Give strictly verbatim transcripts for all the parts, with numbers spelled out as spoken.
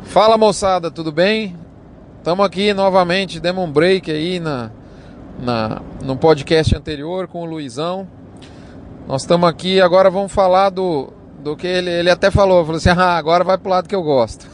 Fala moçada, tudo bem? Estamos aqui novamente, demos um break aí na, na, no podcast anterior com o Luizão. Nós estamos aqui, agora vamos falar do, do que ele, ele até falou, falou assim, ah, agora vai pro lado que eu gosto.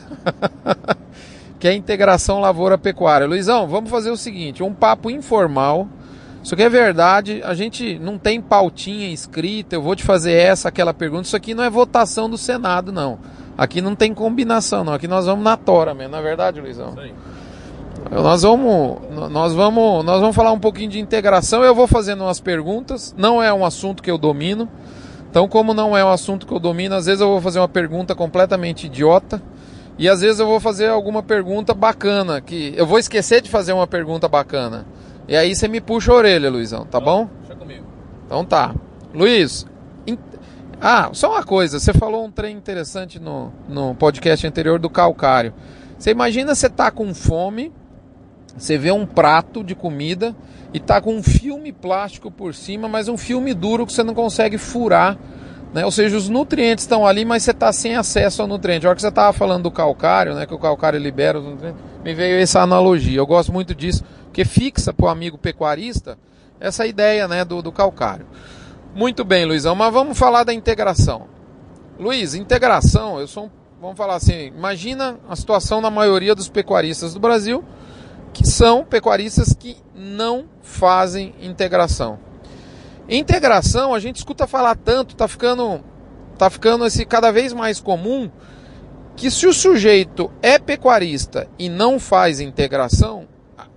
Que é a integração lavoura-pecuária. Luizão, vamos fazer o seguinte, um papo informal. Isso aqui é verdade, a gente não tem pautinha escrita, eu vou te fazer essa, aquela pergunta. Isso aqui não é votação do Senado, não. Aqui não tem combinação, não. Aqui nós vamos na tora mesmo, não é verdade, Luizão? Isso aí. Nós vamos, nós, vamos, nós vamos falar um pouquinho de integração. Eu vou fazendo umas perguntas. Não é um assunto que eu domino. Então, como não é um assunto que eu domino, às vezes eu vou fazer uma pergunta completamente idiota. E às vezes eu vou fazer alguma pergunta bacana. Que eu vou esquecer de fazer uma pergunta bacana. E aí você me puxa a orelha, Luizão, tá bom? Deixa comigo. Então tá. Luiz, in... ah, só uma coisa. Você falou um trem interessante no, no podcast anterior do calcário. Você imagina você tá com fome, você vê um prato de comida e tá com um filme plástico por cima, mas um filme duro que você não consegue furar, né? Ou seja, os nutrientes estão ali, mas você tá sem acesso ao nutriente. A hora que você tava falando do calcário, né, que o calcário libera os nutrientes, me veio essa analogia. Eu gosto muito disso, porque fixa pro amigo pecuarista essa ideia, né, do, do calcário. Muito bem, Luizão, mas vamos falar da integração. Luiz, integração, eu sou um, vamos falar assim, imagina a situação da maioria dos pecuaristas do Brasil, que são pecuaristas que não fazem integração. Integração, a gente escuta falar tanto, tá ficando, tá ficando esse cada vez mais comum, que se o sujeito é pecuarista e não faz integração,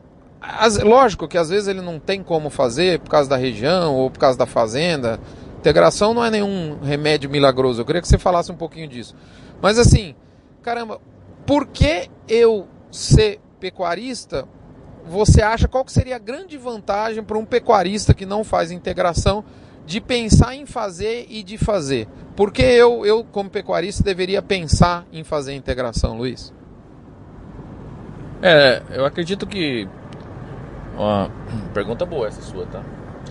as, lógico que às vezes ele não tem como fazer por causa da região ou por causa da fazenda. Integração não é nenhum remédio milagroso. Eu queria que você falasse um pouquinho disso. Mas assim, caramba, por que eu ser pecuarista, você acha qual que seria a grande vantagem para um pecuarista que não faz integração de pensar em fazer e de fazer? Por que eu, eu como pecuarista, deveria pensar em fazer integração, Luiz? É, eu acredito que... Uma pergunta boa essa sua, tá?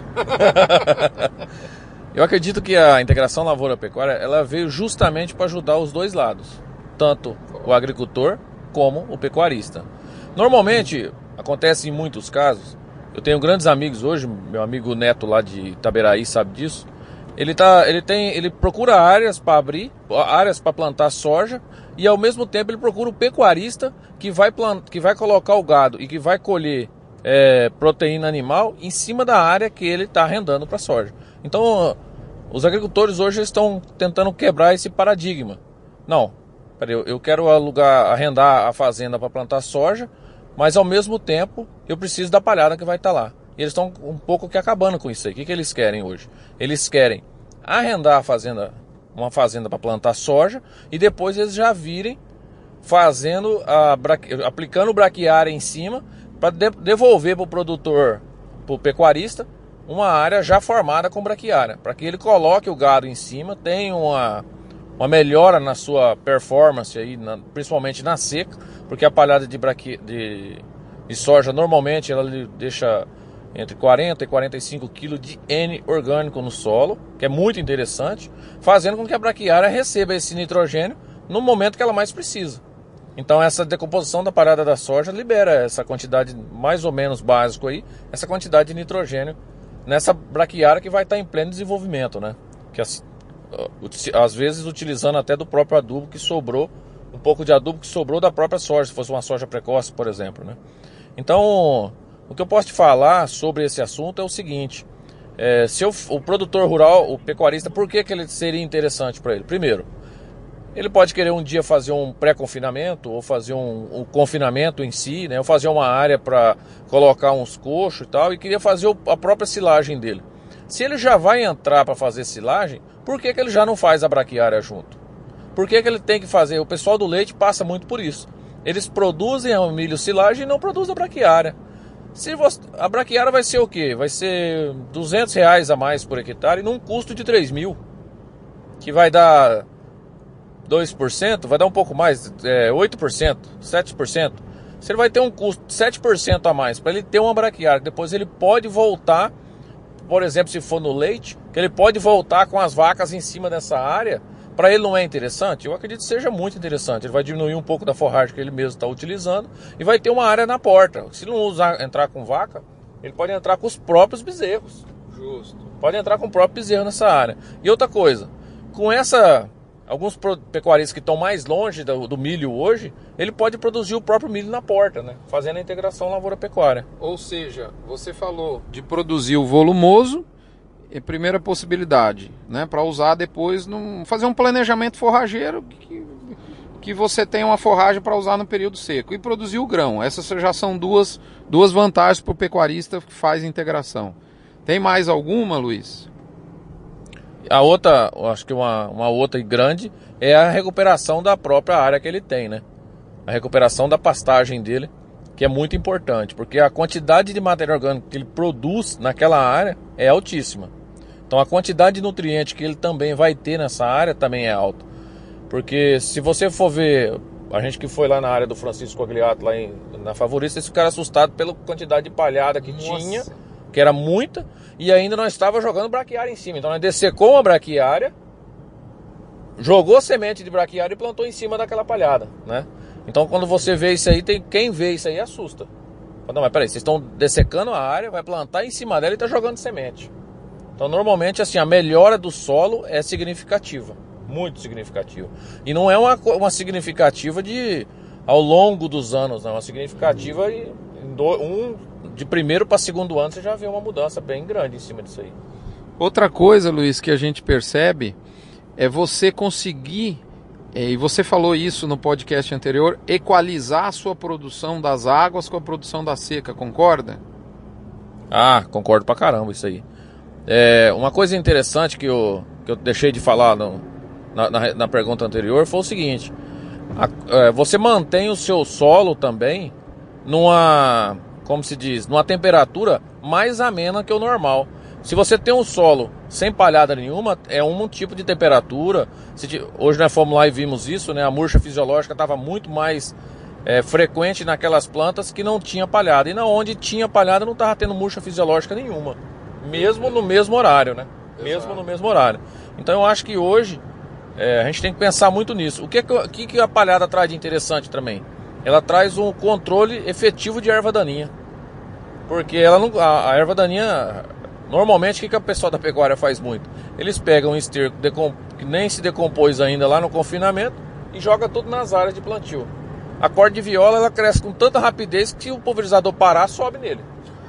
Eu acredito que a integração lavoura-pecuária, ela veio justamente para ajudar os dois lados, tanto o agricultor como o pecuarista. Normalmente, acontece em muitos casos, eu tenho grandes amigos hoje, meu amigo Neto lá de Itaberaí sabe disso, ele, tá, ele, tem, ele procura áreas para abrir, áreas para plantar soja, e ao mesmo tempo ele procura o pecuarista que vai, plant, que vai colocar o gado e que vai colher é, proteína animal em cima da área que ele está arrendando para soja. Então, os agricultores hoje estão tentando quebrar esse paradigma. Não, peraí, eu, eu quero alugar, arrendar a fazenda para plantar soja, mas ao mesmo tempo eu preciso da palhada que vai estar lá. E eles estão um pouco que acabando com isso aí. O que, que eles querem hoje? Eles querem arrendar a fazenda, uma fazenda para plantar soja, e depois eles já virem fazendo a, aplicando o braquiária em cima para de, devolver para o produtor, para o pecuarista, uma área já formada com braquiária, para que ele coloque o gado em cima, tenha uma, uma melhora na sua performance, aí, na, principalmente na seca, porque a palhada de, braqui, de, de soja normalmente ela deixa entre quarenta e quarenta e cinco quilos de N orgânico no solo, que é muito interessante, fazendo com que a braquiária receba esse nitrogênio no momento que ela mais precisa. Então essa decomposição da palhada da soja libera essa quantidade mais ou menos básico aí, essa quantidade de nitrogênio nessa braquiária que vai estar em pleno desenvolvimento, né? Que às vezes utilizando até do próprio adubo que sobrou, um pouco de adubo que sobrou da própria soja, se fosse uma soja precoce, por exemplo, né? Então, o que eu posso te falar sobre esse assunto é o seguinte, é, se eu, o produtor rural, o pecuarista, por que, que ele seria interessante para ele? Primeiro, ele pode querer um dia fazer um pré-confinamento ou fazer um, um confinamento em si, né? Ou fazer uma área para colocar uns coxos e tal, e queria fazer o, a própria silagem dele. Se ele já vai entrar para fazer silagem, por que, que ele já não faz a braquiária junto? Por que, que ele tem que fazer? O pessoal do leite passa muito por isso. Eles produzem o milho silagem e não produzem a braquiária. Se você, a braquiária vai ser o quê? Vai ser duzentos reais a mais por hectare num custo de três mil, que vai dar dois por cento, vai dar um pouco mais, é, oito por cento, sete por cento. Se ele vai ter um custo de sete por cento a mais para ele ter uma braquiária, depois ele pode voltar, por exemplo, se for no leite, que ele pode voltar com as vacas em cima dessa área para ele não é interessante? Eu acredito que seja muito interessante. Ele vai diminuir um pouco da forragem que ele mesmo está utilizando e vai ter uma área na porta. Se não usar, entrar com vaca, ele pode entrar com os próprios bezerros. Justo. Pode entrar com o próprio bezerro nessa área. E outra coisa, com essa... Alguns pecuaristas que estão mais longe do, do milho hoje, ele pode produzir o próprio milho na porta, né? Fazendo a integração lavoura-pecuária. Ou seja, você falou de produzir o volumoso, é a primeira possibilidade, né? Para usar depois, num, fazer um planejamento forrageiro que, que você tenha uma forragem para usar no período seco. E produzir o grão. Essas já são duas, duas vantagens para o pecuarista que faz integração. Tem mais alguma, Luiz? A outra, acho que uma, uma outra grande é a recuperação da própria área que ele tem, né? A recuperação da pastagem dele, que é muito importante, porque a quantidade de matéria orgânica que ele produz naquela área é altíssima. Então a quantidade de nutrientes que ele também vai ter nessa área também é alta. Porque se você for ver, a gente que foi lá na área do Francisco Agliato, lá em, na Favorista, eles ficaram assustados pela quantidade de palhada que Nossa. tinha, que era muita, e ainda nós estávamos jogando braquiária em cima. Então nós dessecou uma braquiária, jogou semente de braquiária e plantou em cima daquela palhada, né? Então quando você vê isso aí, tem quem vê isso aí assusta. Não, mas peraí, vocês estão dessecando a área, vai plantar em cima dela e está jogando semente. Então normalmente assim, a melhora do solo é significativa, muito significativa. E não é uma, uma significativa de ao longo dos anos, não, é uma significativa em do, um de primeiro para segundo ano você já vê uma mudança bem grande em cima disso aí. Outra coisa, Luiz, que a gente percebe é você conseguir, é, e você falou isso no podcast anterior, equalizar a sua produção das águas com a produção da seca, concorda? Ah, concordo pra caramba isso aí. É, uma coisa interessante que eu, que eu deixei de falar no, na, na, na pergunta anterior foi o seguinte, a, é, você mantém o seu solo também numa... como se diz, numa temperatura mais amena que o normal. Se você tem um solo sem palhada nenhuma, é um tipo de temperatura. Se, hoje nós fomos lá e vimos isso, né? A murcha fisiológica estava muito mais é, frequente naquelas plantas que não tinha palhada. E na onde tinha palhada não estava tendo murcha fisiológica nenhuma. Mesmo no mesmo horário, né? Exato. Mesmo no mesmo horário. Então eu acho que hoje é, a gente tem que pensar muito nisso. O que, que, que a palhada traz de interessante também? Ela traz um controle efetivo de erva daninha. Porque ela não, a, a erva daninha, normalmente o que, que a pessoa da pecuária faz muito? Eles pegam um esterco decom, que nem se decompôs ainda lá no confinamento e joga tudo nas áreas de plantio. A corda de viola ela cresce com tanta rapidez que se o pulverizador parar, sobe nele.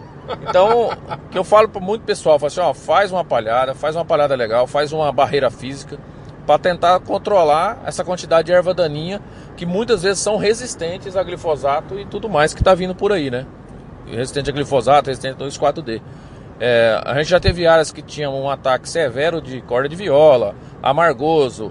Então, o que eu falo para muito pessoal, eu falo assim, ó, faz uma palhada, faz uma palhada legal, faz uma barreira física para tentar controlar essa quantidade de erva daninha que muitas vezes são resistentes a glifosato e tudo mais que está vindo por aí, né? Resistente a glifosato, resistente a dois quatro D. É, a gente já teve áreas que tinham um ataque severo de corda de viola, amargoso,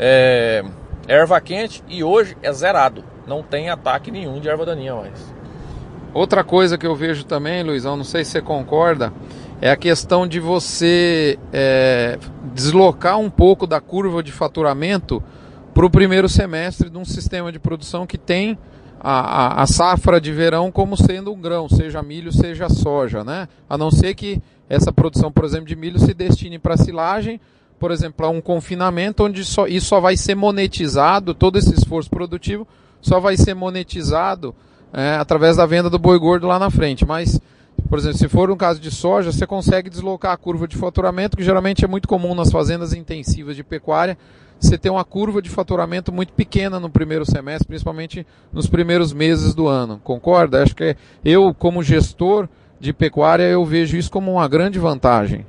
é, erva quente, e hoje é zerado. Não tem ataque nenhum de erva daninha mais. Outra coisa que eu vejo também, Luizão, não sei se você concorda, é a questão de você é, deslocar um pouco da curva de faturamento para o primeiro semestre de um sistema de produção que tem A, a, a safra de verão como sendo um grão, seja milho, seja soja, né? A não ser que essa produção, por exemplo, de milho se destine para silagem, por exemplo, para um confinamento, onde só, isso só vai ser monetizado, todo esse esforço produtivo só vai ser monetizado é, através da venda do boi gordo lá na frente. Mas, por exemplo, se for um caso de soja, você consegue deslocar a curva de faturamento, que geralmente é muito comum nas fazendas intensivas de pecuária, você tem uma curva de faturamento muito pequena no primeiro semestre, principalmente nos primeiros meses do ano. Concorda? Acho que eu, como gestor de pecuária, eu vejo isso como uma grande vantagem.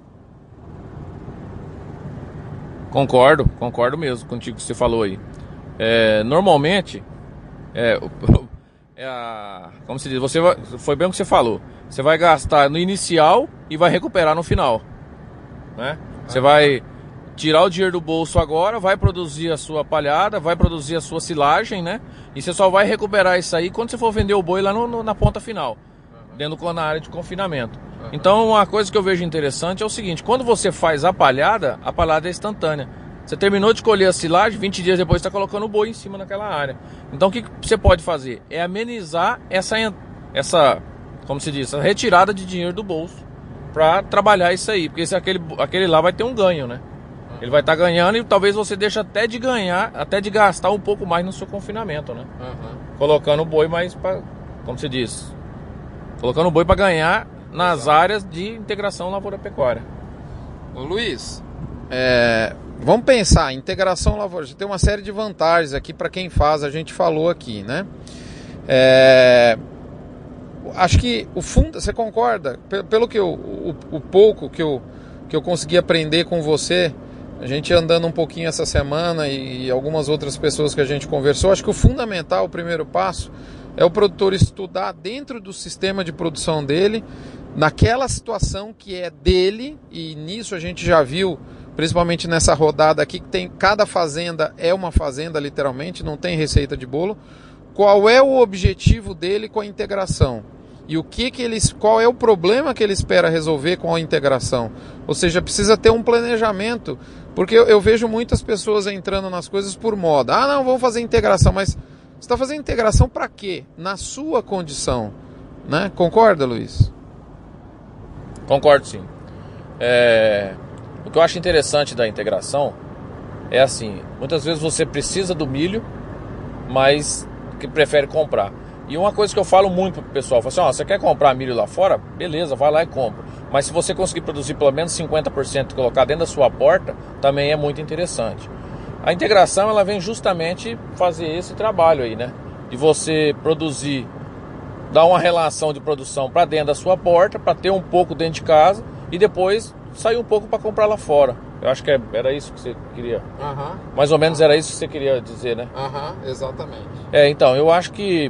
Concordo, concordo mesmo contigo que você falou aí. É, normalmente, é, é a, como se diz, você vai, foi bem o que você falou. Você vai gastar no inicial e vai recuperar no final, né? Você vai tirar o dinheiro do bolso agora, vai produzir a sua palhada, vai produzir a sua silagem, né? E você só vai recuperar isso aí quando você for vender o boi lá no, no, na ponta final, uhum. dentro da área de confinamento. Uhum. Então, uma coisa que eu vejo interessante é o seguinte, quando você faz a palhada, a palhada é instantânea. Você terminou de colher a silagem, vinte dias depois você está colocando o boi em cima naquela área. Então, o que você pode fazer? É amenizar essa, essa como se diz, essa retirada de dinheiro do bolso para trabalhar isso aí. Porque se aquele, aquele lá vai ter um ganho, né? Ele vai estar tá ganhando e talvez você deixe até de ganhar, até de gastar um pouco mais no seu confinamento, né? Uhum. Colocando o boi mais para, como se diz, colocando o boi para ganhar nas Exato. áreas de integração lavoura-pecuária. Ô Luiz, é, vamos pensar, integração lavoura, tem uma série de vantagens aqui para quem faz, a gente falou aqui, né? É, acho que o fundo, você concorda? Pelo que eu, o, o pouco que eu, que eu consegui aprender com você, a gente andando um pouquinho essa semana e, e algumas outras pessoas que a gente conversou, acho que o fundamental, o primeiro passo, é o produtor estudar dentro do sistema de produção dele, naquela situação que é dele, e nisso a gente já viu, principalmente nessa rodada aqui, que tem cada fazenda é uma fazenda literalmente, não tem receita de bolo, qual é o objetivo dele com a integração e o que que eles, qual é o problema que ele espera resolver com a integração. Ou seja, precisa ter um planejamento, porque eu, eu vejo muitas pessoas entrando nas coisas por moda. Ah, não, vamos fazer integração, mas você está fazendo integração para quê? Na sua condição, né? Concorda, Luiz? Concordo, sim. É... O que eu acho interessante da integração é assim, muitas vezes você precisa do milho, mas que prefere comprar. E uma coisa que eu falo muito pro pessoal, eu falo assim, ó, você quer comprar milho lá fora? Beleza, vai lá e compra. Mas se você conseguir produzir pelo menos cinquenta por cento e colocar dentro da sua porta, também é muito interessante. A integração, ela vem justamente fazer esse trabalho aí, né? De você produzir, dar uma relação de produção para dentro da sua porta, para ter um pouco dentro de casa e depois sair um pouco para comprar lá fora. Eu acho que era isso que você queria. Uhum. Mais ou menos era isso que você queria dizer, né? Aham, uhum, exatamente. É, então, eu acho que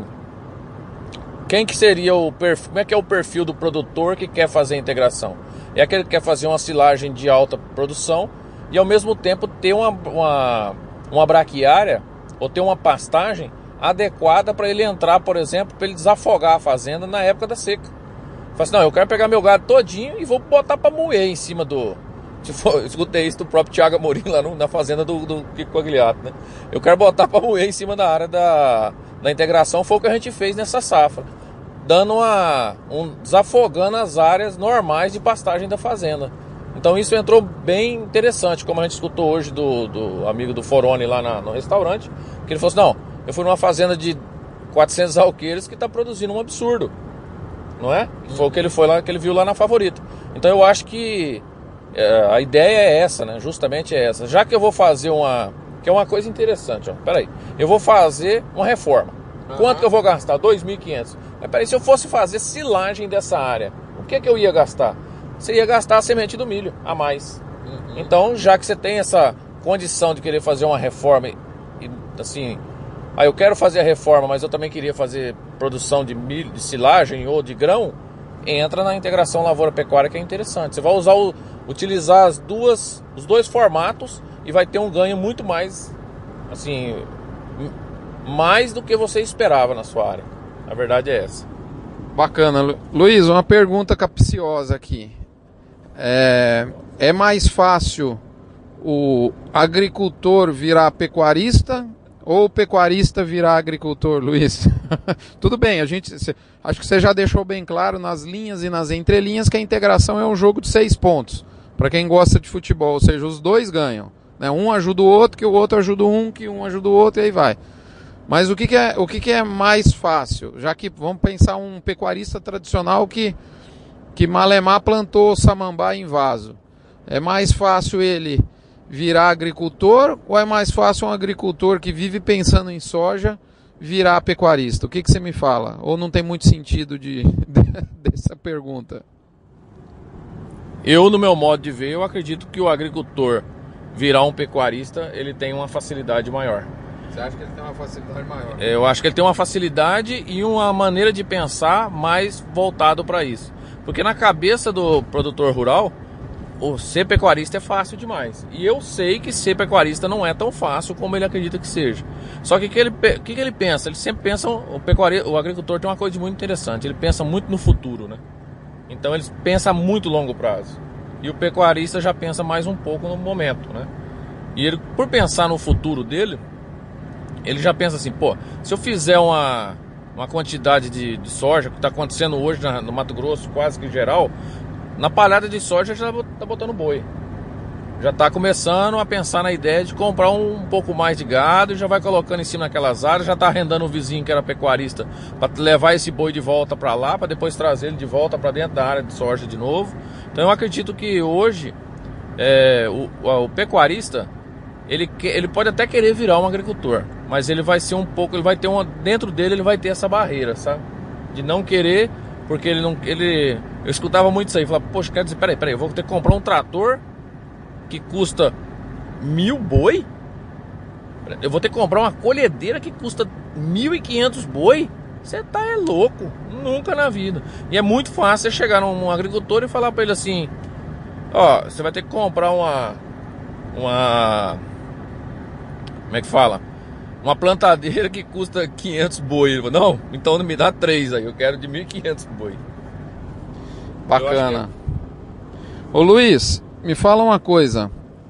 quem que seria o perfil, como é que é o perfil do produtor que quer fazer a integração? É aquele que quer fazer uma silagem de alta produção e ao mesmo tempo ter uma, uma, uma braquiária ou ter uma pastagem adequada para ele entrar, por exemplo, para ele desafogar a fazenda na época da seca. Fala assim, não, eu quero pegar meu gado todinho e vou botar para moer em cima do... Eu escutei isso do próprio Thiago Amorim lá no, na fazenda do, do Kiko Quagliato, né? Eu quero botar para moer em cima da área da, da integração, foi o que a gente fez nessa safra, dando uma, um, desafogando as áreas normais de pastagem da fazenda. Então isso entrou bem interessante, como a gente escutou hoje do, do amigo do Forone lá na, no restaurante, que ele falou assim, não, eu fui numa fazenda de quatrocentos alqueires que está produzindo um absurdo, não é? Que foi o que ele foi lá, que ele viu lá na Favorita. Então eu acho que é, a ideia é essa, né? Justamente é essa. Já que eu vou fazer uma, que é uma coisa interessante, ó. Peraí, eu vou fazer uma reforma. Uhum. Quanto que eu vou gastar? dois mil e quinhentos. Mas peraí, se eu fosse fazer silagem dessa área, o que que eu ia gastar? Você ia gastar a semente do milho a mais. Uhum. Então, já que você tem essa condição de querer fazer uma reforma, e, assim, ah, eu quero fazer a reforma, mas eu também queria fazer produção de milho, de silagem ou de grão, entra na integração lavoura-pecuária, que é interessante. Você vai usar o, utilizar as duas, os dois formatos e vai ter um ganho muito mais, assim, mais do que você esperava na sua área. A verdade é essa. Bacana. Lu- Luiz, uma pergunta capciosa aqui. É, é mais fácil o agricultor virar pecuarista ou o pecuarista virar agricultor, Luiz? Tudo bem, a gente, cê, acho que você já deixou bem claro nas linhas e nas entrelinhas que a integração é um jogo de seis pontos. Para quem gosta de futebol, ou seja, os dois ganham, né? Um ajuda o outro, que o outro ajuda um, que um ajuda o outro, e aí vai. Mas o que, que, é, o que, que é mais fácil? Já que vamos pensar um pecuarista tradicional que, que malemar plantou samambá em vaso. É mais fácil ele virar agricultor ou é mais fácil um agricultor que vive pensando em soja virar pecuarista? O que, que você me fala? Ou não tem muito sentido de, de, dessa pergunta? Eu, no meu modo de ver, eu acredito que o agricultor virar um pecuarista, ele tem uma facilidade maior. Você acha que ele tem uma facilidade maior? Eu acho que ele tem uma facilidade e uma maneira de pensar mais voltado para isso. Porque na cabeça do produtor rural, o ser pecuarista é fácil demais. E eu sei que ser pecuarista não é tão fácil como ele acredita que seja. Só que o que ele, que que ele pensa? Ele sempre pensa, o, pecuarista, o agricultor tem uma coisa muito interessante, ele pensa muito no futuro, né? Então ele pensa a muito longo prazo. E o pecuarista já pensa mais um pouco no momento, né? E ele, por pensar no futuro dele, ele já pensa assim, pô, se eu fizer uma, uma quantidade de, de soja, que está acontecendo hoje na, no Mato Grosso, quase que geral, na palhada de soja já está botando boi. já está começando a pensar na ideia de comprar um, um pouco mais de gado e já vai colocando em cima daquelas áreas, já está arrendando um vizinho que era pecuarista para levar esse boi de volta para lá, para depois trazer ele de volta para dentro da área de soja de novo. Então eu acredito que hoje é, o, o, o pecuarista ele, ele pode até querer virar um agricultor, mas ele vai ser um pouco, ele vai ter uma, dentro dele ele vai ter essa barreira, sabe? De não querer, porque ele não, ele, eu escutava muito isso aí, falava, poxa, quer dizer, peraí, peraí, eu vou ter que comprar um trator que custa mil boi? Eu vou ter que comprar uma colhedeira que custa mil e quinhentos boi? Você tá é louco, nunca na vida. E é muito fácil você chegar num, num agricultor e falar para ele assim, ó, você vai ter que comprar uma, uma, como é que fala? Uma plantadeira que custa quinhentos boi. Não, então me dá três aí, eu quero de mil e quinhentos boi. Bacana. Que... Ô Luiz, me fala uma coisa.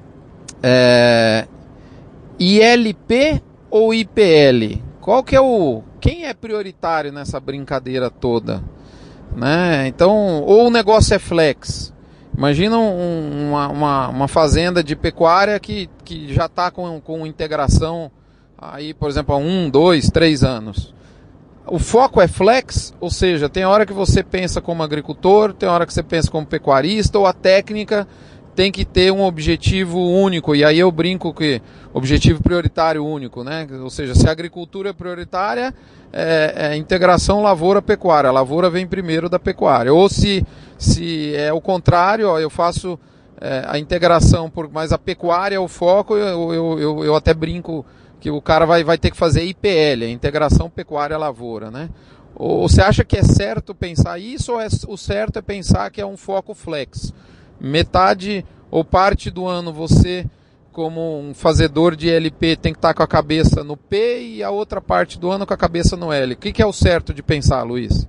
É... I L P ou I P L? Qual que é o... Quem é prioritário nessa brincadeira toda? Né? Então, ou o negócio é flex. Imagina um, uma, uma, uma fazenda de pecuária que, que já está com, com integração aí, por exemplo, há um, dois, três anos. O foco é flex, ou seja, tem hora que você pensa como agricultor, tem hora que você pensa como pecuarista, ou a técnica tem que ter um objetivo único, e aí eu brinco que objetivo prioritário único, né? Ou seja, se a agricultura é prioritária, é, é integração lavoura-pecuária, a lavoura vem primeiro da pecuária. Ou se, se é o contrário, ó, eu faço é, a integração, por, mas a pecuária é o foco, eu, eu, eu, eu até brinco que o cara vai, vai ter que fazer I P L, a integração pecuária-lavoura, né? Ou você acha que é certo pensar isso, ou é, o certo é pensar que é um foco flex? Metade ou parte do ano você, como um fazedor de L P, tem que estar com a cabeça no P e a outra parte do ano com a cabeça no L. O que, que é o certo de pensar, Luiz?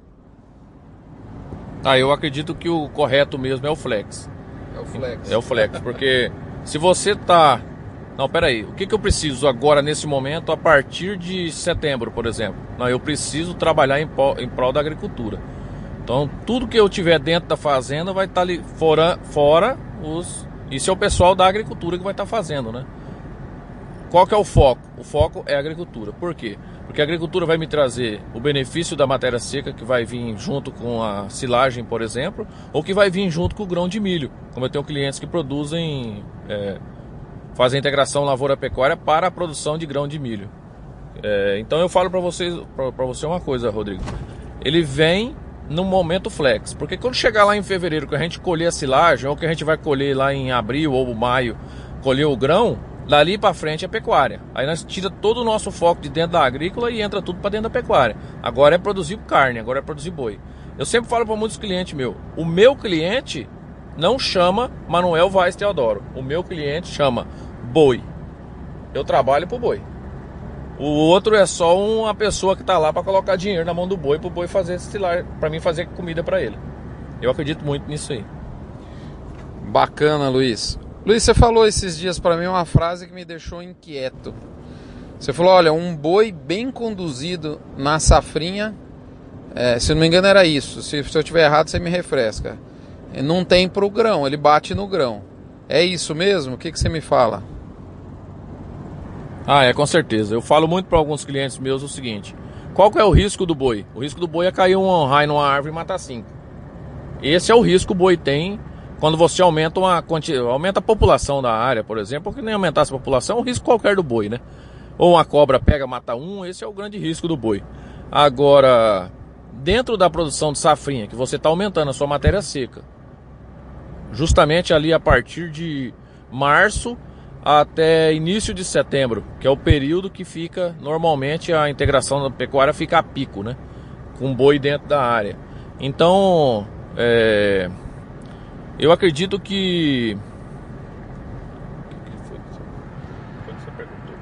Ah, eu acredito que o correto mesmo é o flex. É o flex. É o flex, porque se você tá... Não, peraí, o que, que eu preciso agora nesse momento a partir de setembro, por exemplo? Não, eu preciso trabalhar em, prol, em prol da agricultura. Então, tudo que eu tiver dentro da fazenda vai estar ali fora, fora os... Isso é o pessoal da agricultura que vai estar fazendo, né? Qual que é o foco? O foco é a agricultura. Por quê? Porque a agricultura vai me trazer o benefício da matéria seca que vai vir junto com a silagem, por exemplo, ou que vai vir junto com o grão de milho. Como eu tenho clientes que produzem, é, fazem integração lavoura-pecuária para a produção de grão de milho. É, então eu falo para vocês, para você uma coisa, Rodrigo. Ele vem no momento flex, porque quando chegar lá em fevereiro, que a gente colher a silagem, ou que a gente vai colher lá em abril ou maio, colher o grão, dali para frente é pecuária. Aí nós tira todo o nosso foco de dentro da agrícola e entra tudo para dentro da pecuária. Agora é produzir carne, agora é produzir boi. Eu sempre falo para muitos clientes meus, o meu cliente não chama Manuel Vaz Teodoro, o meu cliente chama boi. Eu trabalho pro boi. O outro é só uma pessoa que está lá para colocar dinheiro na mão do boi, para o boi fazer estilar, para mim fazer comida para ele. Eu acredito muito nisso aí. Bacana, Luiz. Luiz, você falou esses dias para mim uma frase que me deixou inquieto. Você falou, olha, um boi bem conduzido na safrinha, é, se não me engano era isso, se, se eu estiver errado você me refresca. Não tem pro grão, ele bate no grão. É isso mesmo? O que, que você me fala? Ah, é, com certeza. Eu falo muito para alguns clientes meus o seguinte: qual que é o risco do boi? O risco do boi é cair um raio numa árvore e matar cinco. Esse é o risco que o boi tem quando você aumenta, uma, aumenta a população da área, por exemplo, porque nem aumentar essa população é um risco qualquer do boi, né? Ou uma cobra pega, mata um, esse é o grande risco do boi. Agora, dentro da produção de safrinha, que você está aumentando a sua matéria seca, justamente ali a partir de março até início de setembro, que é o período que fica, normalmente a integração da pecuária fica a pico, né? Com boi dentro da área. Então, é, eu acredito que... O que foi que você perguntou?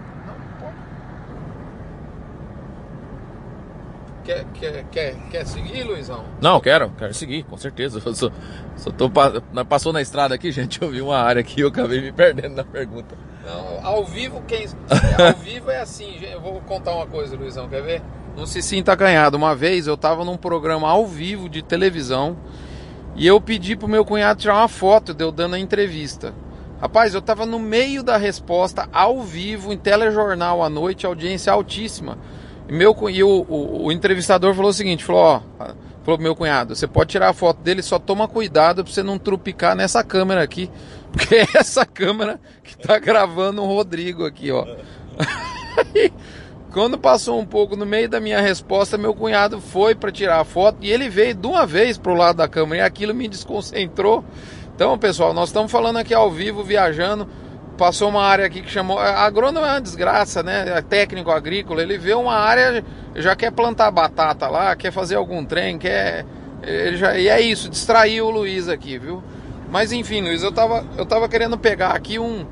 Quer, quer, quer, quer seguir, Luizão? Não, quero, quero seguir, com certeza. Eu só, só tô, passou na estrada aqui, gente, eu vi uma área aqui e eu acabei me perdendo na pergunta. Não, ao vivo, quem, ao vivo é assim, eu vou contar uma coisa, Luizão, quer ver? Não se sinta ganhado. Uma vez eu tava num programa ao vivo de televisão e eu pedi pro meu cunhado tirar uma foto de eu dando a entrevista. Rapaz, eu tava no meio da resposta, ao vivo, em telejornal à noite, audiência altíssima. E, meu, e o, o, o entrevistador falou o seguinte, falou, ó, falou pro meu cunhado, você pode tirar a foto dele, só toma cuidado pra você não trupicar nessa câmera aqui, porque é essa câmera que tá gravando o Rodrigo aqui, ó. Quando passou um pouco no meio da minha resposta, meu cunhado foi para tirar a foto e ele veio de uma vez pro lado da câmera e aquilo me desconcentrou. Então, pessoal, nós estamos falando aqui ao vivo, viajando. Passou uma área aqui que chamou... Agrônomo é uma desgraça, né? É técnico agrícola. Ele vê uma área, já quer plantar batata lá, quer fazer algum trem, quer... Ele já... E é isso, distraiu o Luiz aqui, viu? Mas enfim, Luiz, eu tava, eu tava querendo pegar aqui um,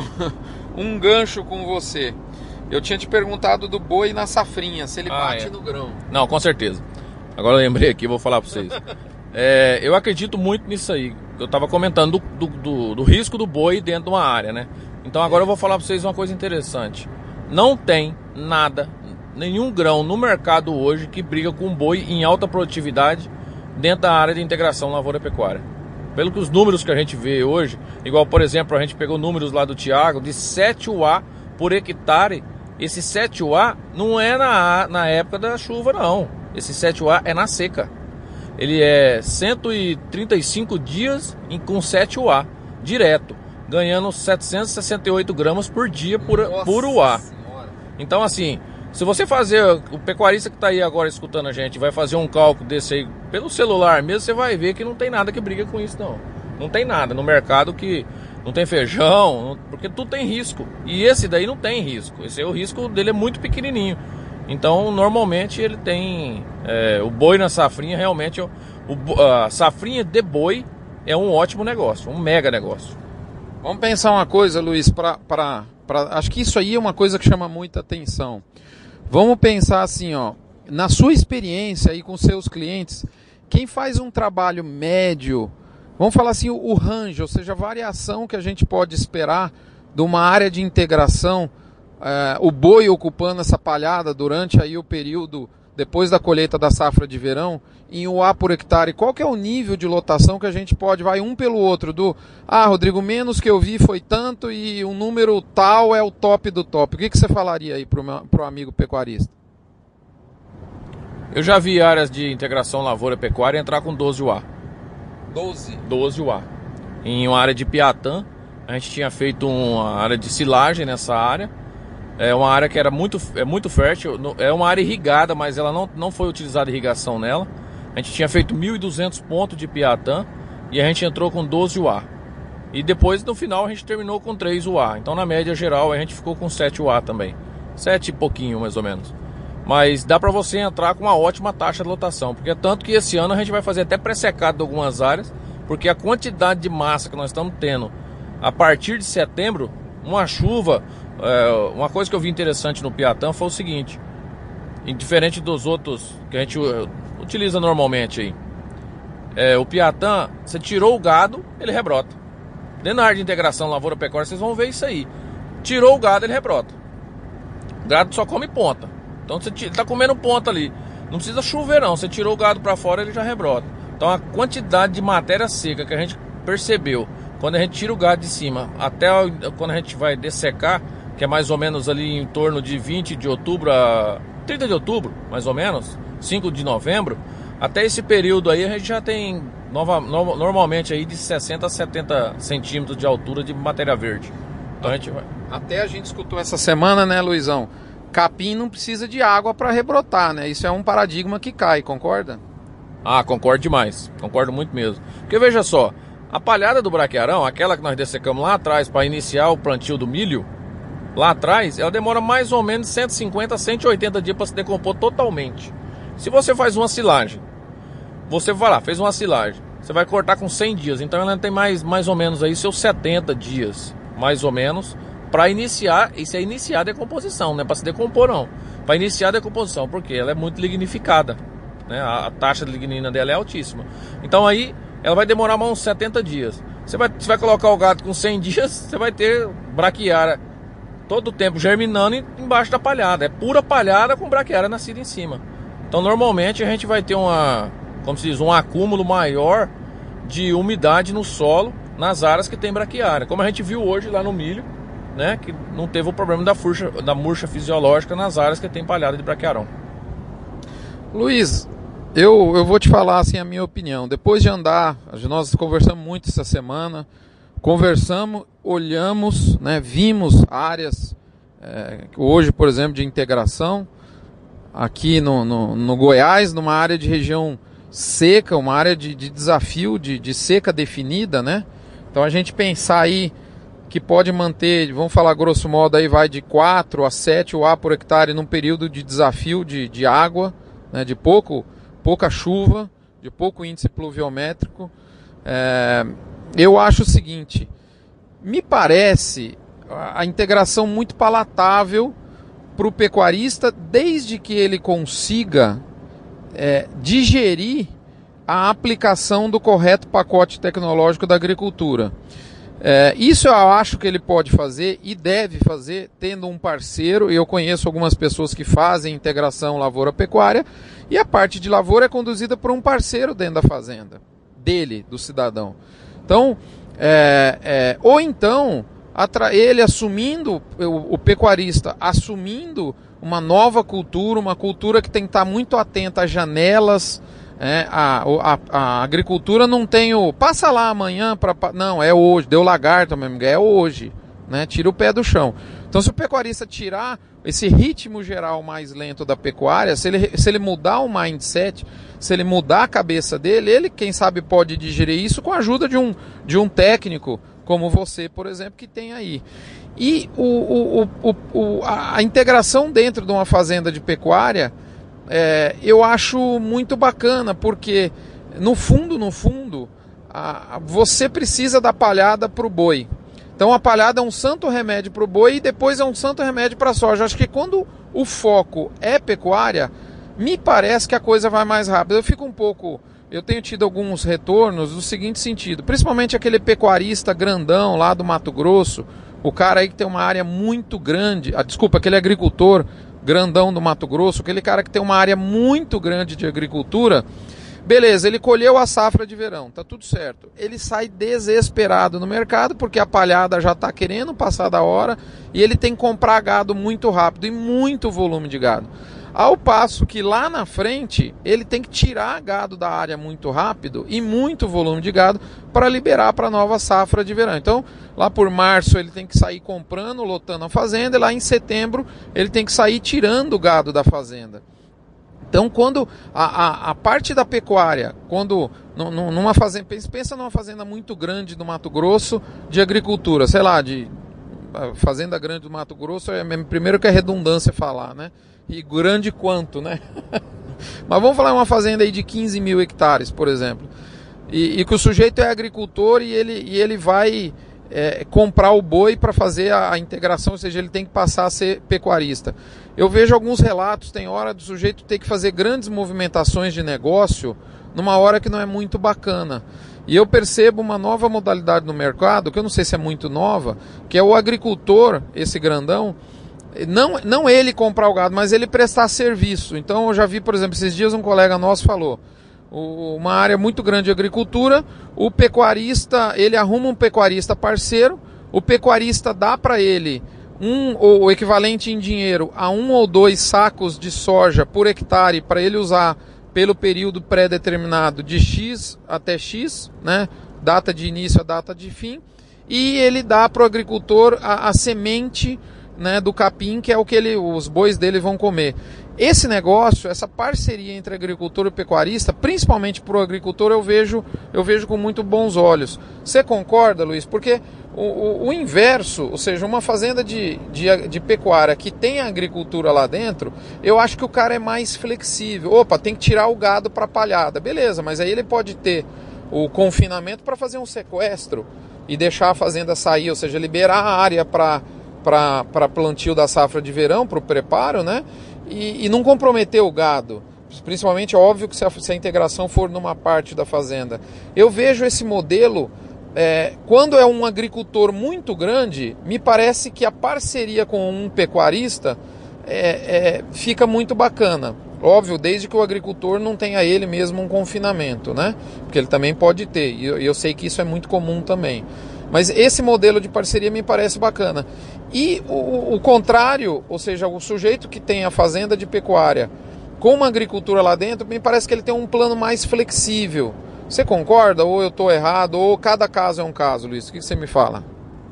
um gancho com você. Eu tinha te perguntado do boi na safrinha, se ele ah, bate é. no grão. Não, com certeza. Agora eu lembrei aqui, vou falar para vocês. é, eu acredito muito nisso aí. Eu estava comentando do, do, do, do risco do boi dentro de uma área, né? Então agora eu vou falar para vocês uma coisa interessante. Não tem nada, nenhum grão no mercado hoje que briga com boi em alta produtividade dentro da área de integração lavoura-pecuária. Pelo que os números que a gente vê hoje, igual por exemplo, a gente pegou números lá do Thiago de sete U A por hectare. Esse sete U A não é na, na época da chuva, não. Esse sete U A é na seca. Ele é cento e trinta e cinco dias em, com sete U A, direto, ganhando setecentos e sessenta e oito gramas por dia por, por U A. Senhora. Então, assim, se você fazer, o pecuarista que está aí agora escutando a gente, vai fazer um cálculo desse aí pelo celular mesmo, você vai ver que não tem nada que briga com isso, não. Não tem nada no mercado que... Não tem feijão, porque tudo tem risco. E esse daí não tem risco. Esse aí, o risco dele é muito pequenininho. Então, normalmente, ele tem... É, o boi na safrinha, realmente... O, a safrinha de boi é um ótimo negócio, um mega negócio. Vamos pensar uma coisa, Luiz, pra, pra, pra, acho que isso aí é uma coisa que chama muita atenção. Vamos pensar assim, ó, na sua experiência aí com seus clientes, quem faz um trabalho médio... Vamos falar assim, o range, ou seja, a variação que a gente pode esperar de uma área de integração, é, o boi ocupando essa palhada durante aí o período, depois da colheita da safra de verão, em U A por hectare. Qual que é o nível de lotação que a gente pode, vai um pelo outro, do, ah, Rodrigo, menos que eu vi foi tanto e um número tal é o top do top. O que, que você falaria aí para o amigo pecuarista? Eu já vi áreas de integração lavoura-pecuária entrar com doze U A. doze? doze U A. Em uma área de Piatã, a gente tinha feito uma área de silagem nessa área. É uma área que era muito, é muito fértil. É uma área irrigada, mas ela não, não foi utilizada irrigação nela. A gente tinha feito mil e duzentos pontos de Piatã e a gente entrou com doze U A. E depois, no final, a gente terminou com três U A. Então, na média geral, a gente ficou com sete U A também. sete e pouquinho, mais ou menos. Mas dá para você entrar com uma ótima taxa de lotação, porque é tanto que esse ano a gente vai fazer até pré-secado de algumas áreas, porque a quantidade de massa que nós estamos tendo a partir de setembro, uma chuva, é, uma coisa que eu vi interessante no Piatã foi o seguinte, diferente dos outros que a gente utiliza normalmente aí, é, o Piatã, você tirou o gado, ele rebrota. Dentro da área de integração lavoura-pecuária, vocês vão ver isso aí. Tirou o gado, ele rebrota. O gado só come ponta. Então você está comendo ponta ali. Não precisa chover não. Você tirou o gado para fora, ele já rebrota. Então a quantidade de matéria seca que a gente percebeu quando a gente tira o gado de cima, até quando a gente vai dessecar, que é mais ou menos ali em torno de vinte de outubro a trinta de outubro, mais ou menos, cinco de novembro, até esse período aí a gente já tem nova, no, normalmente aí de sessenta a setenta centímetros de altura de matéria verde. Então a gente vai... Até a gente escutou essa semana, né, Luizão? Capim não precisa de água para rebrotar, né? Isso é um paradigma que cai, concorda? Ah, concordo demais. Concordo muito mesmo. Porque veja só, a palhada do braquiarão, aquela que nós dessecamos lá atrás para iniciar o plantio do milho, lá atrás, ela demora mais ou menos cento e cinquenta a cento e oitenta dias para se decompor totalmente. Se você faz uma silagem, você vai lá, fez uma silagem, você vai cortar com cem dias, então ela tem mais, mais ou menos aí seus setenta dias, mais ou menos, para iniciar, isso é iniciar a decomposição, não é para se decompor não, para iniciar a decomposição, porque ela é muito lignificada, né? a, a taxa de lignina dela é altíssima, então aí ela vai demorar mais uns setenta dias, você vai, você vai colocar o gado com cem dias, você vai ter braquiária todo o tempo germinando embaixo da palhada, é pura palhada com braquiária nascida em cima, então normalmente a gente vai ter uma, como se diz, um acúmulo maior de umidade no solo nas áreas que tem braquiária, como a gente viu hoje lá no milho, né, que não teve o problema da, furcha, da murcha fisiológica nas áreas que tem palhada de braquiarão. Luiz, eu, eu vou te falar assim a minha opinião. Depois de andar, nós conversamos muito essa semana, conversamos, olhamos, né, vimos áreas, é, hoje, por exemplo, de integração, aqui no, no, no Goiás, numa área de região seca, uma área de, de desafio, de, de seca definida, né? Então a gente pensar aí que pode manter, vamos falar grosso modo, aí vai de quatro a sete U A por hectare num período de desafio de, de água, né, de pouco, pouca chuva, de pouco índice pluviométrico. É, eu acho o seguinte, me parece a, a integração muito palatável para o pecuarista, desde que ele consiga é, digerir a aplicação do correto pacote tecnológico da agricultura. É, isso eu acho que ele pode fazer e deve fazer tendo um parceiro, e eu conheço algumas pessoas que fazem integração lavoura-pecuária, e a parte de lavoura é conduzida por um parceiro dentro da fazenda, dele, do cidadão. Então, é, é, ou então, ele assumindo, o, o pecuarista assumindo uma nova cultura, uma cultura que tem que estar muito atenta às janelas. É, a, a, a agricultura não tem o passa lá amanhã para não, é hoje, deu lagarto mesmo, é hoje, né? Tira o pé do chão. Então, se o pecuarista tirar esse ritmo geral mais lento da pecuária, se ele, se ele mudar o mindset, se ele mudar a cabeça dele, ele, quem sabe, pode digerir isso com a ajuda de um, de um técnico como você, por exemplo, que tem aí. E o, o, o, o, a, a integração dentro de uma fazenda de pecuária, É, eu acho muito bacana, porque no fundo, no fundo, a, a, você precisa da palhada para o boi. Então a palhada é um santo remédio para o boi e depois é um santo remédio para a soja. Acho que quando o foco é pecuária, me parece que a coisa vai mais rápido. Eu fico um pouco... Eu tenho tido alguns retornos do seguinte sentido, principalmente aquele pecuarista grandão lá do Mato Grosso, o cara aí que tem uma área muito grande, ah, desculpa, aquele agricultor grandão do Mato Grosso, aquele cara que tem uma área muito grande de agricultura, beleza, ele colheu a safra de verão, tá tudo certo. Ele sai desesperado no mercado porque a palhada já está querendo passar da hora e ele tem que comprar gado muito rápido e muito volume de gado. Ao passo que lá na frente ele tem que tirar gado da área muito rápido e muito volume de gado para liberar para a nova safra de verão. Então, lá por março ele tem que sair comprando, lotando a fazenda, e lá em setembro ele tem que sair tirando o gado da fazenda. Então, quando a, a, a parte da pecuária, quando numa fazenda, pensa numa fazenda muito grande do Mato Grosso de agricultura, sei lá, de fazenda grande do Mato Grosso, é primeiro que é redundância falar, né? E grande quanto, né? Mas vamos falar uma fazenda aí de quinze mil hectares, por exemplo. E, e que o sujeito é agricultor e ele, e ele vai é, comprar o boi para fazer a, a integração, ou seja, ele tem que passar a ser pecuarista. Eu vejo alguns relatos, tem hora do sujeito ter que fazer grandes movimentações de negócio numa hora que não é muito bacana. E eu percebo uma nova modalidade no mercado, que eu não sei se é muito nova, que é o agricultor, esse grandão, Não, não ele comprar o gado, mas ele prestar serviço. Então eu já vi, por exemplo, esses dias um colega nosso falou, uma área muito grande de agricultura, o pecuarista, ele arruma um pecuarista parceiro, o pecuarista dá para ele um, o equivalente em dinheiro a um ou dois sacos de soja por hectare para ele usar pelo período pré-determinado de X até X, né? Data de início a data de fim, e ele dá para o agricultor a, a semente, né, do capim, que é o que ele, os bois dele vão comer. Esse negócio, essa parceria entre agricultor e pecuarista, principalmente para o agricultor, eu vejo, eu vejo com muito bons olhos. Você concorda, Luiz? Porque o, o, o inverso, ou seja, uma fazenda de, de, de pecuária que tem a agricultura lá dentro, eu acho que o cara é mais flexível. Opa, tem que tirar o gado para palhada. Beleza, mas aí ele pode ter o confinamento para fazer um sequestro e deixar a fazenda sair, ou seja, liberar a área para para plantio da safra de verão, para o preparo, né? E, e não comprometer o gado. Principalmente, é óbvio que se a, se a integração for numa parte da fazenda. Eu vejo esse modelo, é, quando é um agricultor muito grande, me parece que a parceria com um pecuarista é, é, fica muito bacana. Óbvio, desde que o agricultor não tenha ele mesmo um confinamento, né? Porque ele também pode ter, e eu, eu sei que isso é muito comum também. Mas esse modelo de parceria me parece bacana. E o, o contrário, ou seja, o sujeito que tem a fazenda de pecuária com uma agricultura lá dentro, me parece que ele tem um plano mais flexível. Você concorda? Ou eu estou errado? Ou cada caso é um caso, Luiz? O que você me fala?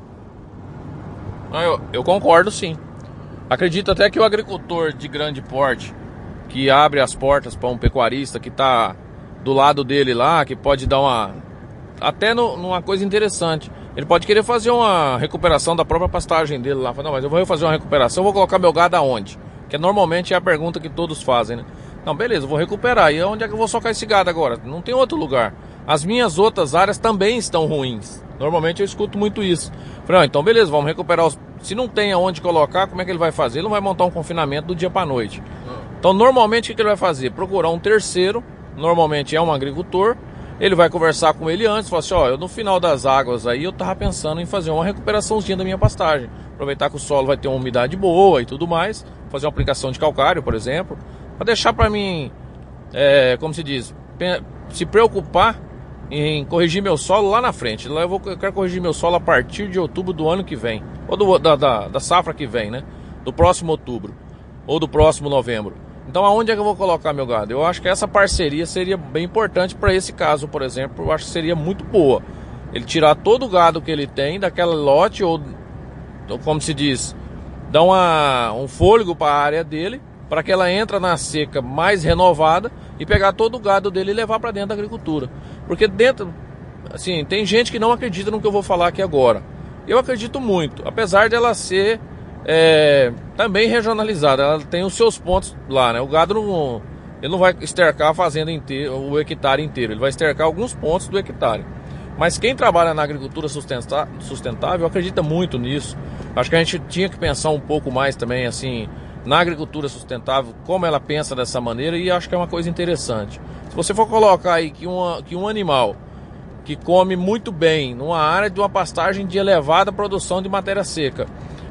Ah, eu, eu concordo, sim. Acredito até que o agricultor de grande porte, que abre as portas para um pecuarista que está do lado dele lá, que pode dar uma... até no, numa coisa interessante. Ele pode querer fazer uma recuperação da própria pastagem dele lá. Não, mas eu vou fazer uma recuperação, vou colocar meu gado aonde? Que normalmente é a pergunta que todos fazem, né? Não, beleza, eu vou recuperar. E onde é que eu vou socar esse gado agora? Não tem outro lugar. As minhas outras áreas também estão ruins. Normalmente eu escuto muito isso. Falei, ah, então beleza, vamos recuperar os... Se não tem aonde colocar, como é que ele vai fazer? Ele não vai montar um confinamento do dia para noite. Então normalmente o que ele vai fazer? Procurar um terceiro, normalmente é um agricultor. Ele vai conversar com ele antes, falar assim, ó, eu no final das águas aí eu tava pensando em fazer uma recuperaçãozinha da minha pastagem. Aproveitar que o solo vai ter uma umidade boa e tudo mais. Fazer uma aplicação de calcário, por exemplo. Para deixar para mim, é, como se diz, se preocupar em corrigir meu solo lá na frente. Eu, vou, eu quero corrigir meu solo a partir de outubro do ano que vem. Ou do, da, da, da safra que vem, né? Do próximo outubro. Ou do próximo novembro. Então aonde é que eu vou colocar meu gado? Eu acho que essa parceria seria bem importante para esse caso, por exemplo. Eu acho que seria muito boa. Ele tirar todo o gado que ele tem daquela lote, ou, ou como se diz, dar uma, um fôlego para a área dele, para que ela entre na seca mais renovada e pegar todo o gado dele e levar para dentro da agricultura. Porque dentro, assim, tem gente que não acredita no que eu vou falar aqui agora. Eu acredito muito, apesar de ela ser... É, também regionalizada, ela tem os seus pontos lá, né? O gado não, ele não vai estercar a fazenda inteira, o hectare inteiro, ele vai estercar alguns pontos do hectare. Mas quem trabalha na agricultura sustentável acredita muito nisso. Acho que a gente tinha que pensar um pouco mais também, assim, na agricultura sustentável, como ela pensa dessa maneira, e acho que é uma coisa interessante. Se você for colocar aí que, uma, que um animal que come muito bem numa área de uma pastagem de elevada produção de matéria seca,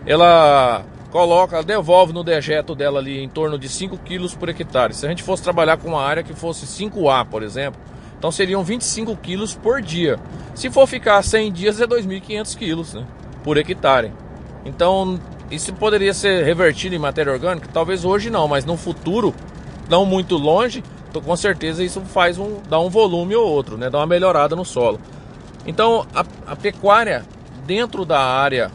ela coloca, devolve no dejeto dela ali em torno de cinco quilos por hectare. Se a gente fosse trabalhar com uma área que fosse cinco A, por exemplo, então seriam vinte e cinco quilos por dia. Se for ficar cem dias, é dois mil e quinhentos quilos, né, por hectare. Então, isso poderia ser revertido em matéria orgânica? Talvez hoje não, mas no futuro, não muito longe, então, com certeza isso faz um, dá um volume ou outro, né, dá uma melhorada no solo. Então, a, a pecuária dentro da área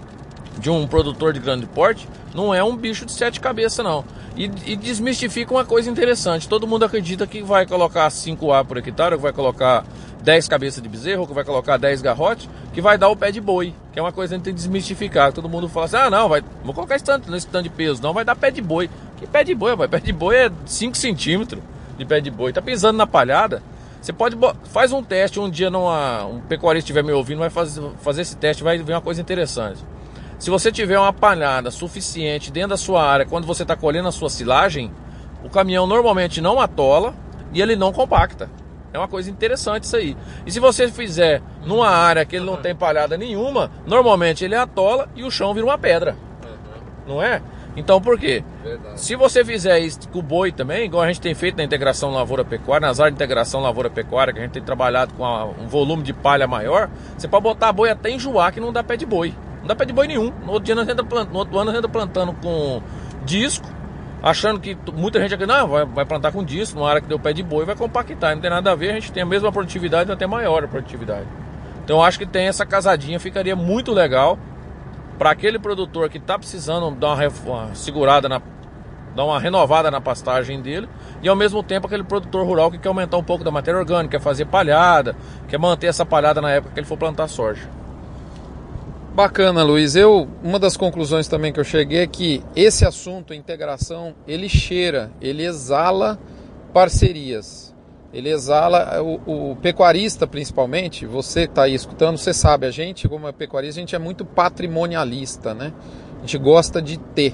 de um produtor de grande porte não é um bicho de sete cabeças, não. E, e desmistifica uma coisa interessante. Todo mundo acredita que vai colocar cinco A por hectare, ou que vai colocar dez cabeças de bezerro, ou que vai colocar dez garrotes, que vai dar o pé de boi, que é uma coisa que a gente tem que desmistificar. Todo mundo fala assim, ah não, vai, vou colocar esse tanto, nesse tanto de peso, não, vai dar pé de boi. Que pé de boi, vai? Pé de boi é cinco centímetros de pé de boi. Tá pisando na palhada, você pode, faz um teste um dia, numa, um pecuarista estiver me ouvindo, vai fazer, fazer esse teste, vai ver uma coisa interessante. Se você tiver uma palhada suficiente dentro da sua área, quando você está colhendo a sua silagem, o caminhão normalmente não atola e ele não compacta. É uma coisa interessante isso aí. E se você fizer numa área que ele não tem palhada nenhuma, normalmente ele atola e o chão vira uma pedra. Não é? Então por quê? Verdade. Se você fizer isso com o boi também, igual a gente tem feito na integração lavoura-pecuária, nas áreas de integração lavoura-pecuária, que a gente tem trabalhado com a, um volume de palha maior, você pode botar boi até enjoar que não dá pé de boi. Não dá pé de boi nenhum. No outro, dia nós anda plantando, no outro ano nós anda plantando com disco, achando que muita gente aqui, não, vai, vai plantar com disco, numa área que deu pé de boi, vai compactar. Não tem nada a ver, a gente tem a mesma produtividade, até maior a produtividade. Então eu acho que tem essa casadinha, ficaria muito legal para aquele produtor que está precisando dar uma, uma segurada, na, dar uma renovada na pastagem dele, e ao mesmo tempo aquele produtor rural que quer aumentar um pouco da matéria orgânica, quer fazer palhada, quer manter essa palhada na época que ele for plantar soja. Bacana, Luiz. Eu, uma das conclusões também que eu cheguei é que esse assunto, integração, ele cheira, ele exala parcerias. Ele exala, o, o pecuarista principalmente, você que está aí escutando, você sabe, a gente como é pecuarista, a gente é muito patrimonialista, né? A gente gosta de ter.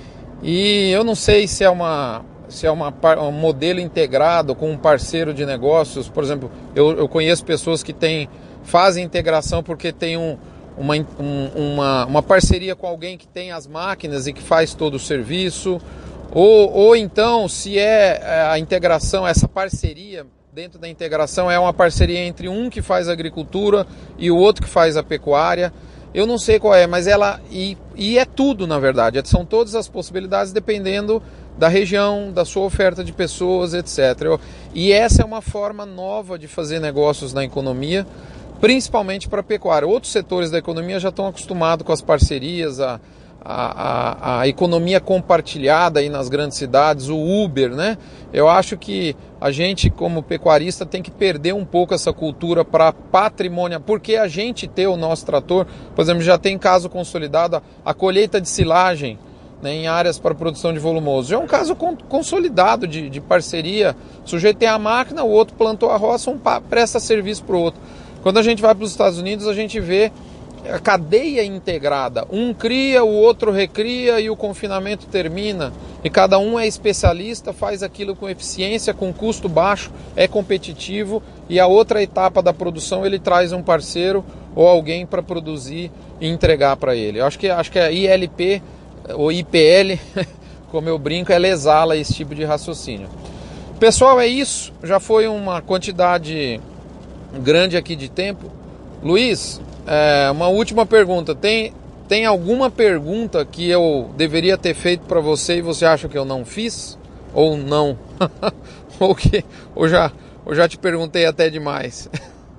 E eu não sei se é, uma, se é uma, um modelo integrado com um parceiro de negócios. Por exemplo, eu, eu conheço pessoas que têm, fazem integração porque tem um Uma, um, uma, uma parceria com alguém que tem as máquinas e que faz todo o serviço, Ou, ou então, se é a integração, essa parceria, dentro da integração é uma parceria entre um que faz agricultura e o outro que faz a pecuária. Eu não sei qual é, mas ela... E, e é tudo, na verdade. São todas as possibilidades dependendo da região, da sua oferta de pessoas, etcétera. E essa é uma forma nova de fazer negócios na economia, principalmente para a pecuária. Outros setores da economia já estão acostumados com as parcerias, a, a, a, a economia compartilhada aí nas grandes cidades, o Uber, né? Eu acho que a gente, como pecuarista, tem que perder um pouco essa cultura para patrimônio, porque a gente ter o nosso trator, por exemplo, já tem caso consolidado, a, a colheita de silagem, né, em áreas para produção de volumoso. Já é um caso con consolidado de, de parceria. O sujeito tem a máquina, o outro plantou a roça, um presta serviço para o outro. Quando a gente vai para os Estados Unidos, a gente vê a cadeia integrada. Um cria, o outro recria e o confinamento termina. E cada um é especialista, faz aquilo com eficiência, com custo baixo, é competitivo. E a outra etapa da produção ele traz um parceiro ou alguém para produzir e entregar para ele. Eu acho que, acho que a I L P ou I P L, como eu brinco, ela exala esse tipo de raciocínio. Pessoal, é isso. Já foi uma quantidade grande aqui de tempo. Luiz, é, uma última pergunta. Tem, tem alguma pergunta que eu deveria ter feito para você e você acha que eu não fiz? Ou não? ou, que, ou, já, ou já te perguntei até demais?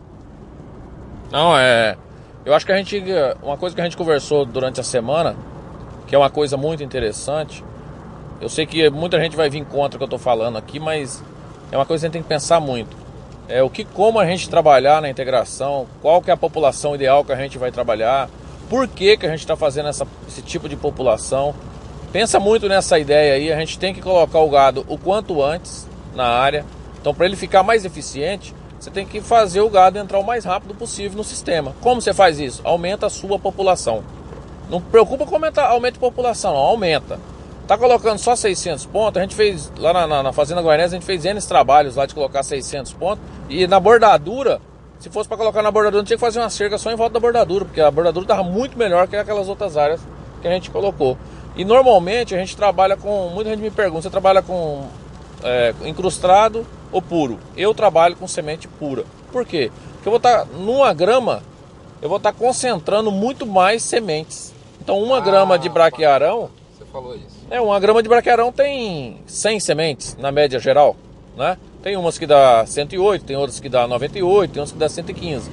Não, é... Eu acho que a gente... Uma coisa que a gente conversou durante a semana, que é uma coisa muito interessante. Eu sei que muita gente vai vir contra o que eu estou falando aqui, mas é uma coisa que a gente tem que pensar muito. É o que, como a gente trabalhar na integração, qual que é a população ideal que a gente vai trabalhar, por que, que a gente está fazendo essa, esse tipo de população. Pensa muito nessa ideia aí, a gente tem que colocar o gado o quanto antes na área. Então, para ele ficar mais eficiente, você tem que fazer o gado entrar o mais rápido possível no sistema. Como você faz isso? Aumenta a sua população. Não preocupa com aumentar, aumento de população, não, aumenta. Tá colocando só seiscentos pontos, a gente fez, lá na, na, na Fazenda Guaianese, a gente fez N trabalhos lá de colocar seiscentos pontos. E na bordadura, se fosse para colocar na bordadura, não tinha que fazer uma cerca só em volta da bordadura, porque a bordadura estava muito melhor que aquelas outras áreas que a gente colocou. E normalmente a gente trabalha com, muita gente me pergunta, você trabalha com é, incrustado ou puro? Eu trabalho com semente pura. Por quê? Porque eu vou estar, numa grama, eu vou estar concentrando muito mais sementes. Então uma ah, grama de braquiarão, você falou isso. É, uma grama de braquiarão tem cem sementes na média geral, né? Tem umas que dá cento e oito, tem outras que dá noventa e oito, tem outras que dá cento e quinze.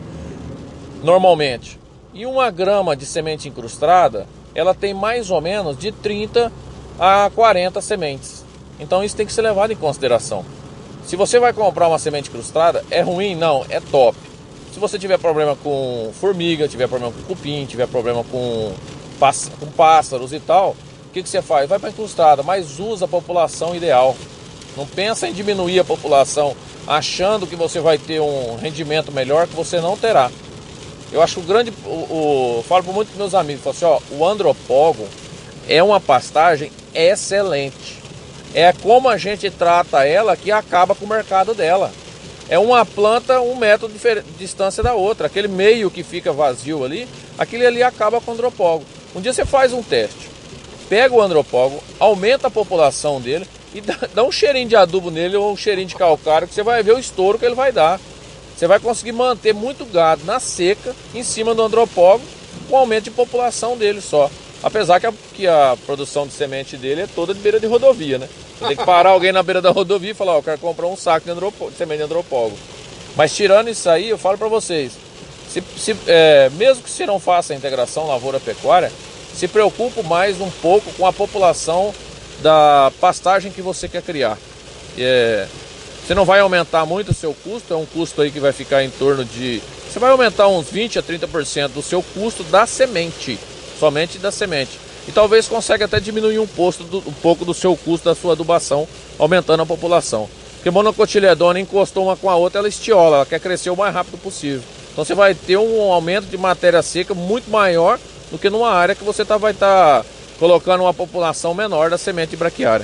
Normalmente. E uma grama de semente incrustada, ela tem mais ou menos de trinta a quarenta sementes. Então isso tem que ser levado em consideração. Se você vai comprar uma semente incrustada, é ruim? Não, é top. Se você tiver problema com formiga, tiver problema com cupim, tiver problema com com pássaros e tal, o que, que você faz? Vai para a incrustada, mas usa a população ideal. Não pensa em diminuir a população achando que você vai ter um rendimento melhor, que você não terá. Eu acho que o grande... O, o, falo para muitos dos meus amigos, falo assim, ó, o andropógon é uma pastagem excelente. É como a gente trata ela que acaba com o mercado dela. É uma planta um metro de distância da outra. Aquele meio que fica vazio ali, aquele ali acaba com o andropógon. Um dia você faz um teste, pega o andropógon, aumenta a população dele e dá, dá um cheirinho de adubo nele ou um cheirinho de calcário que você vai ver o estouro que ele vai dar. Você vai conseguir manter muito gado na seca em cima do andropógon com aumento de população dele só. Apesar que a, que a produção de semente dele é toda de beira de rodovia, né? Você tem que parar alguém na beira da rodovia e falar, ó, eu quero comprar um saco de, andropo, de semente de andropógon. Mas tirando isso aí, eu falo para vocês, se, se, é, mesmo que você não faça a integração lavoura-pecuária, se preocupe mais um pouco com a população da pastagem que você quer criar. É, você não vai aumentar muito o seu custo, é um custo aí que vai ficar em torno de... Você vai aumentar uns vinte a trinta por cento do seu custo da semente, somente da semente. E talvez consiga até diminuir um, posto do, um pouco do seu custo da sua adubação, aumentando a população. Porque monocotiledona encostou uma com a outra, ela estiola, ela quer crescer o mais rápido possível. Então você vai ter um aumento de matéria seca muito maior do que numa área que você tá, vai estar tá colocando uma população menor da semente braquiária.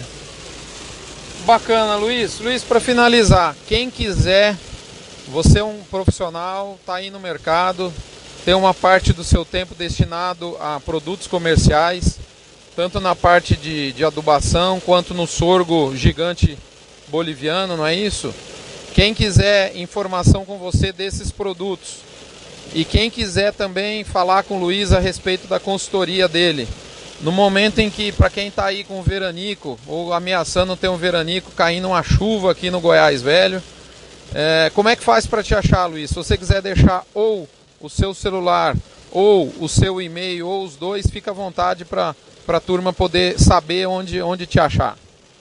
Bacana, Luiz. Luiz, para finalizar, quem quiser, você é um profissional, está aí no mercado, tem uma parte do seu tempo destinado a produtos comerciais. tanto na parte de, de adubação, quanto no sorgo gigante boliviano, não é isso? Quem quiser informação com você desses produtos e quem quiser também falar com o Luiz a respeito da consultoria dele, no momento em que, para quem está aí com o veranico, ou ameaçando ter um veranico, caindo uma chuva aqui no Goiás Velho, é, como é que faz para te achar, Luiz? Se você quiser deixar ou o seu celular, ou o seu e-mail, ou os dois, fica à vontade para a turma poder saber onde, onde te achar.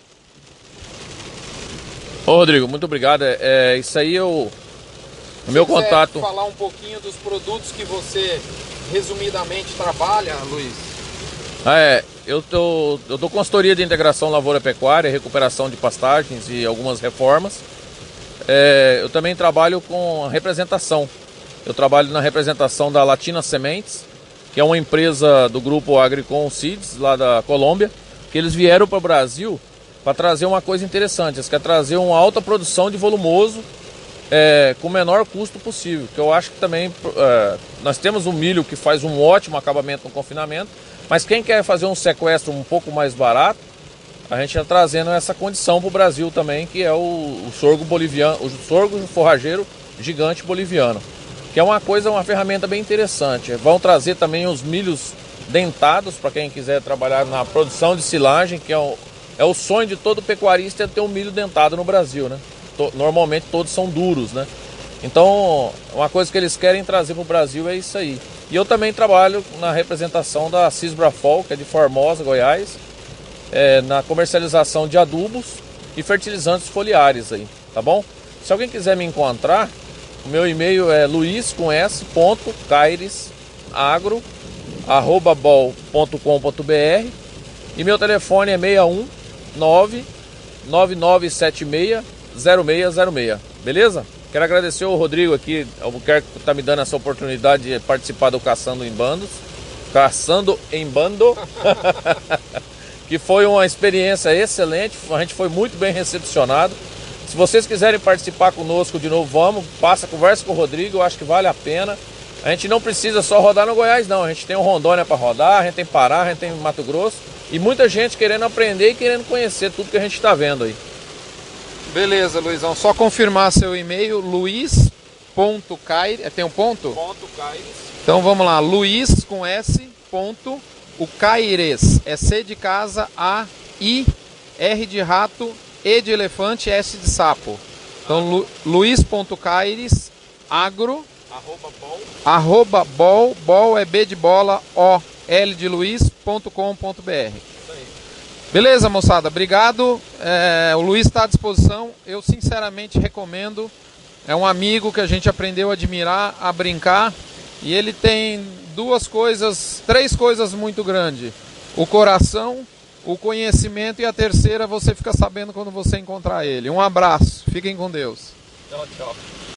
Ô Rodrigo, muito obrigado. É, é isso aí eu... O meu contato... falar um pouquinho dos produtos que você resumidamente trabalha, Luiz? Ah, é, eu, tô, eu dou consultoria de integração lavoura-pecuária, recuperação de pastagens e algumas reformas. É, eu também trabalho com a representação. Eu trabalho na representação da Latina Sementes, que é uma empresa do grupo Agricom Seeds, lá da Colômbia, que eles vieram para o Brasil para trazer uma coisa interessante. Eles querem trazer uma alta produção de volumoso é, com o menor custo possível. Que eu acho que também é, nós temos o milho que faz um ótimo acabamento no confinamento, mas quem quer fazer um sequestro um pouco mais barato, a gente está trazendo essa condição para o Brasil também, que é o, o sorgo boliviano, o sorgo forrageiro gigante boliviano, que é uma coisa, uma ferramenta bem interessante. Vão trazer também os milhos dentados para quem quiser trabalhar na produção de silagem, que é o, é o sonho de todo pecuarista, é ter um milho dentado no Brasil, né? Normalmente todos são duros, né? Então, uma coisa que eles querem trazer para o Brasil é isso aí. E eu também trabalho na representação da Cisbrafol, que é de Formosa, Goiás, é, na comercialização de adubos e fertilizantes foliares aí, tá bom? Se alguém quiser me encontrar, o meu e-mail é luiz com s ponto caires agro arroba bol ponto com ponto br e meu telefone é seis um nove nove nove sete seis zero seis zero seis, beleza? Quero agradecer ao Rodrigo aqui, Albuquerque, que está me dando essa oportunidade de participar do Caçando em Bandos, Caçando em Bando, que foi uma experiência excelente, a gente foi muito bem recepcionado. Se vocês quiserem participar conosco de novo, vamos, passa, conversa com o Rodrigo, eu acho que vale a pena. A gente não precisa só rodar no Goiás, não, a gente tem o Rondônia para rodar, a gente tem Pará, a gente tem Mato Grosso, e muita gente querendo aprender e querendo conhecer tudo que a gente está vendo aí. Beleza, Luizão. Só confirmar seu e-mail, luiz ponto caires. Tem um ponto? Ponto Caires. Então vamos lá, luiz com S, ponto, o Caires. É C de casa, A, I, R de rato, E de elefante, S de sapo. Então lu, luiz ponto caires, agro, arroba bol, arroba bol, bol é B de bola, O, L de Luiz, ponto com ponto br. Beleza, moçada, obrigado. É, o Luiz está à disposição. Eu sinceramente recomendo. É um amigo que a gente aprendeu a admirar, a brincar. E ele tem duas coisas, três coisas muito grandes: o coração, o conhecimento, e a terceira você fica sabendo quando você encontrar ele. Um abraço, fiquem com Deus. Tchau, tchau.